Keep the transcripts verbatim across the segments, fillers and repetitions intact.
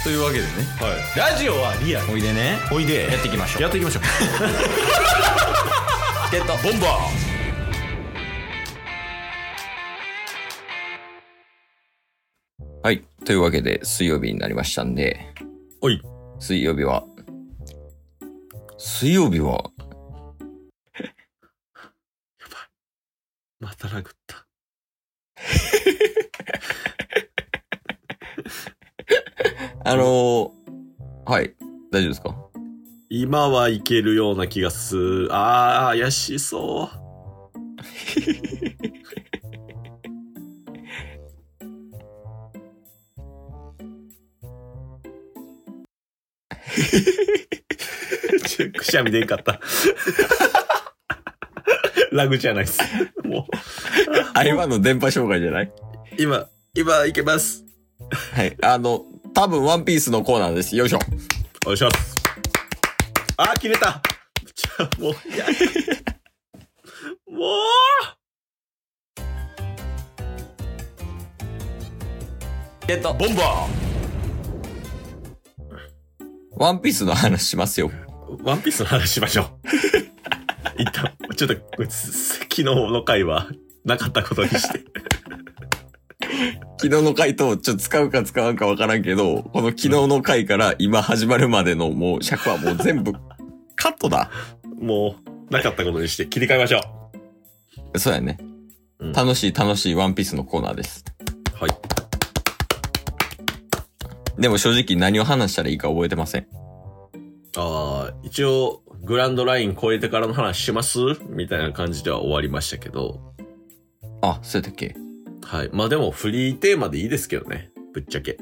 というわけでね、 はい、ラジオはリアル。 おいでね、 おいでやっていきましょう。 やっていきましょう。 ゲットボンバー。はい、というわけで水曜日になりましたんで、 おい、 水曜日は水曜日はやばい、また殴ったあのー、はい、大丈夫ですか？ 今はいけるような気がする。あー、怪しそうくしゃみでんかったラグじゃないっす。もうあ、今の電波障害じゃない？ 今今いけます。 はい、あの多分ワンピースのコーナーです。よいしょ。 お願いします。あー、切れた。じゃあもういやもうゲットボンバー。 ワンピースの話しますよ。 ワンピースの話しましょう。一旦、ちょっと、昨日の回はなかったことにして。 昨日の回とちょっと使うか使わんかわからんけど、この昨日の回から今始まるまでのもう尺はもう全部カットだ。 もう、なかったことにして切り替えましょう。そうやね。うん、楽しい楽しいワンピースのコーナーです。 はい。 でも正直何を話したらいいか覚えてません。 ああ、一応、グランドライン超えてからの話しますみたいな感じでは終わりましたけど。 あ、そうやったっけ？ はい。まあでもフリーテーマでいいですけどね。ぶっちゃけ。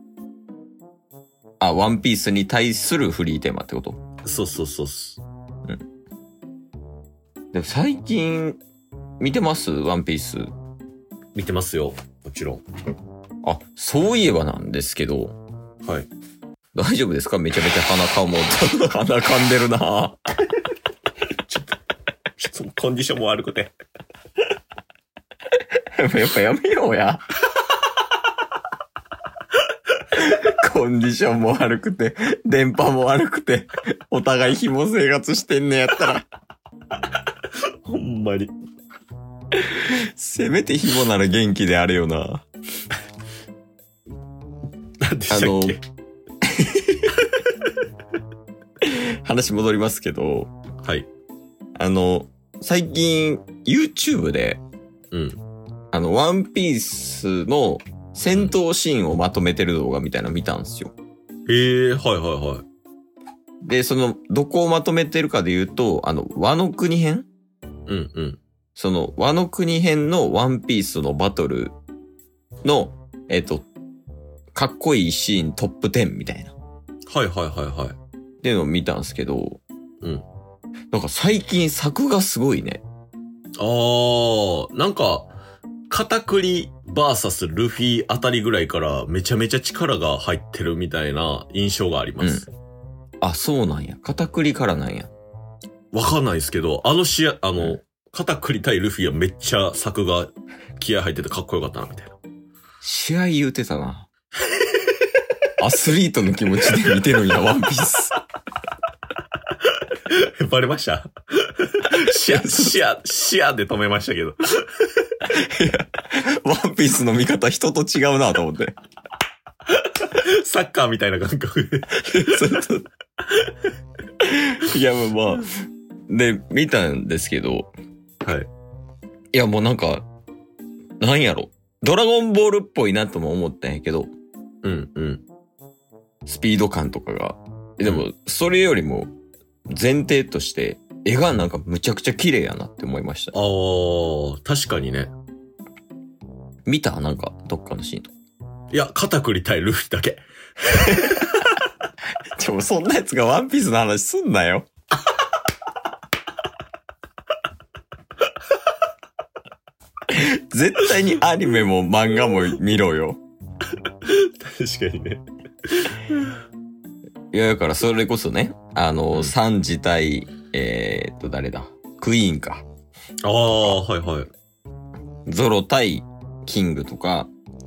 あ、ワンピースに対するフリーテーマってこと？ そうそうそう。 うん。でも最近、見てます？ワンピース。 見てますよ。もちろん。 あ、そういえばなんですけど。 はい。 大丈夫ですか？めちゃめちゃ鼻かも、鼻かんでるなちょっと、ちょっとコンディションも悪くて。 やっぱやめようや。コンディションも悪くて、電波も悪くて、お互い紐生活してんねやったら。 ほんまに。 せめて紐なら元気であれよな。 なんでしたっけ？あの、 話戻りますけど。 はい。 あの、最近 YouTube で、 うん。 あの、ワンピースの戦闘シーンをまとめてる動画みたいなの見たんですよ。 へえ、はいはいはい。 で、その、どこをまとめてるかで言うと、あの、ワノ国編？ うんうん。 その、ワノ国編のワンピースのバトルの、えっと、かっこいいシーントップテンみたいな。 はいはいはいはい。 っていうのを見たんですけど、 うん。 なんか最近作がすごいね。 あー、なんか、カタクリバーサスルフィあたりぐらいからめちゃめちゃ力が入ってるみたいな印象があります。 うん、あ、そうなんや。カタクリからなんや。 わかんないですけど、あの試合、あの、うん、カタクリ対ルフィはめっちゃ作が気合入っててかっこよかったなみたいな。 試合言うてたな。アスリートの気持ちで見てるんや、ワンピース。 バレました視野、視野、視野で止めましたけど。いや、ワンピースの見方人と違うなと思って。 サッカーみたいな感覚で。 そうそう。いや、まあまあ。で、見たんですけど。 はい。 いや、もうなんか、なんやろ。ドラゴンボールっぽいなとも思ったんやけど。 うんうん。 スピード感とかが。でも、それよりも、前提として、絵がなんかむちゃくちゃ綺麗やなって思いました。 あー、確かにね。 見た？なんか、どっかのシーンと。 いや、カタクリ対ルフィだけ。 ちょ、そんなやつがワンピースの話すんなよ。絶対にアニメも漫画も見ろよ。 確かにね。 いや、だからそれこそね、あの、うん、サンジ対、えー、っと、誰だ？クイーンか。 ああ、はいはい。 ゾロ対キングとか、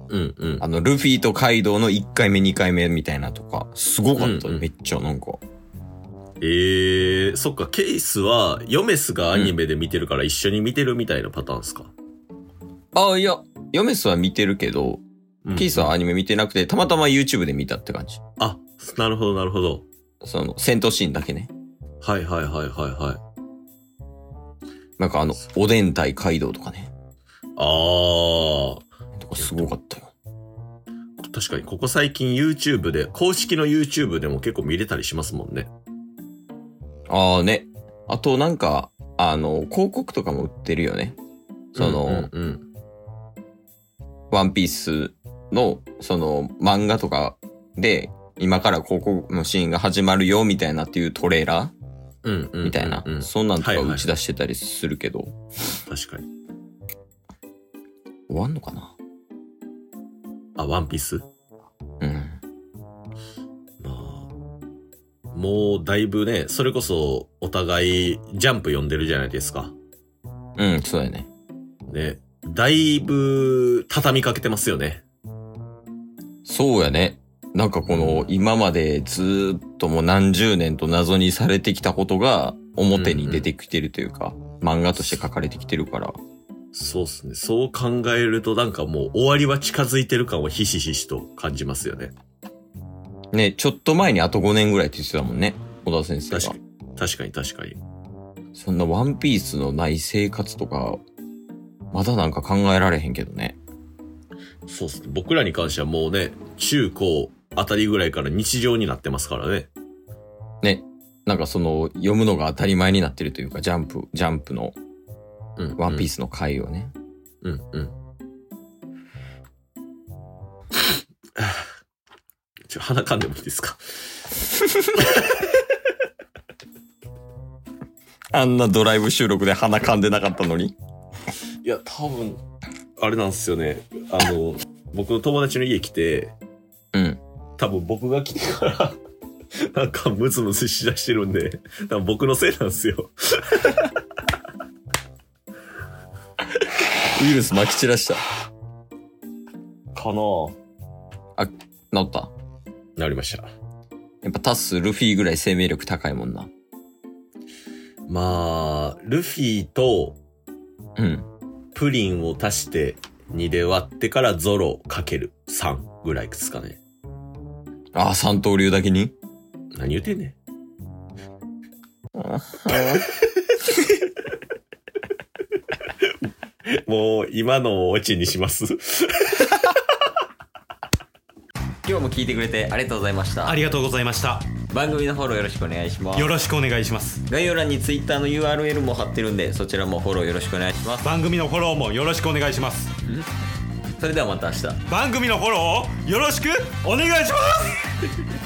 うんうん。 あの、ルフィとカイドウのいっかいめにかいめみたいなとか、すごかった、 うんうん、 めっちゃなんか。 えー、そっか、ケイスは、ヨメスがアニメで見てるから一緒に見てるみたいなパターンですか？ うん、ああ、いや、ヨメスは見てるけど、うん、ケイスはアニメ見てなくて、たまたま YouTube で見たって感じ。 あ、なるほどなるほど。 その、戦闘シーンだけね。 はいはいはいはいはい。 なんかあの、おでん対カイドウとかね。 あー。 とかすごかったよ。 確かに、ここ最近 YouTube で、公式の YouTube でも結構見れたりしますもんね。 ああね。あとなんか、あの、広告とかも売ってるよね。その、うんうんうん、ワンピースの、その、漫画とかで、今から広告のシーンが始まるよ、みたいなっていうトレーラー、うんうんうんうん、みたいな。そんなんとか打ち出してたりするけど。はいはい、 確かに。 終わんのかな？ あ、ワンピース？ うん。 まあ、もうだいぶね、それこそお互いジャンプ読んでるじゃないですか。 うん、そうだよね。 ね、だいぶ畳みかけてますよね。 そうやね。なんかこの、今までずーっともう何十年と謎にされてきたことが表に出てきてるというか、うんうん、漫画として書かれてきてるから。 そうっすね。そう考えるとなんかもう終わりは近づいてる感をひしひしと感じますよね。 ね、ちょっと前にあとごねんぐらいって言ってたもんね。小田先生が。 確かに。確かに確かに。 そんなワンピースのない生活とか、まだなんか考えられへんけどね。 そうっすね。僕らに関してはもうね、中高あたりぐらいから日常になってますからね。 ね。なんかその、読むのが当たり前になってるというか、ジャンプ、ジャンプの、うんうん、ワンピースの回をね。 うんうん。ちょ、鼻かんでもいいですか？ あんなドライブ収録で鼻かんでなかったのに。 いや、多分、あれなんですよね。あの、僕の友達の家来て、 うん。 多分僕が来てから、なんかムズムズしだしてるんで、多分僕のせいなんですよ。 ウイルス撒き散らした。 かなぁ。 あ、治った？ 治りました。 やっぱタッス、ルフィぐらい生命力高いもんな。 まあ、ルフィと、 うん。 プリンを足してにで割ってからゾロかけるさんぐらいですかね。 ああ、三刀流だけに？ 何言うてんねん。もう今のをオチにします。 今日も聞いてくれてありがとうございました。 ありがとうございました。 番組のフォローよろしくお願いします。 よろしくお願いします。 概要欄に Twitter の ユーアールエル も貼ってるんで、そちらもフォローよろしくお願いします。 番組のフォローもよろしくお願いします。 それではまた明日。 番組のフォローをよろしくお願いします。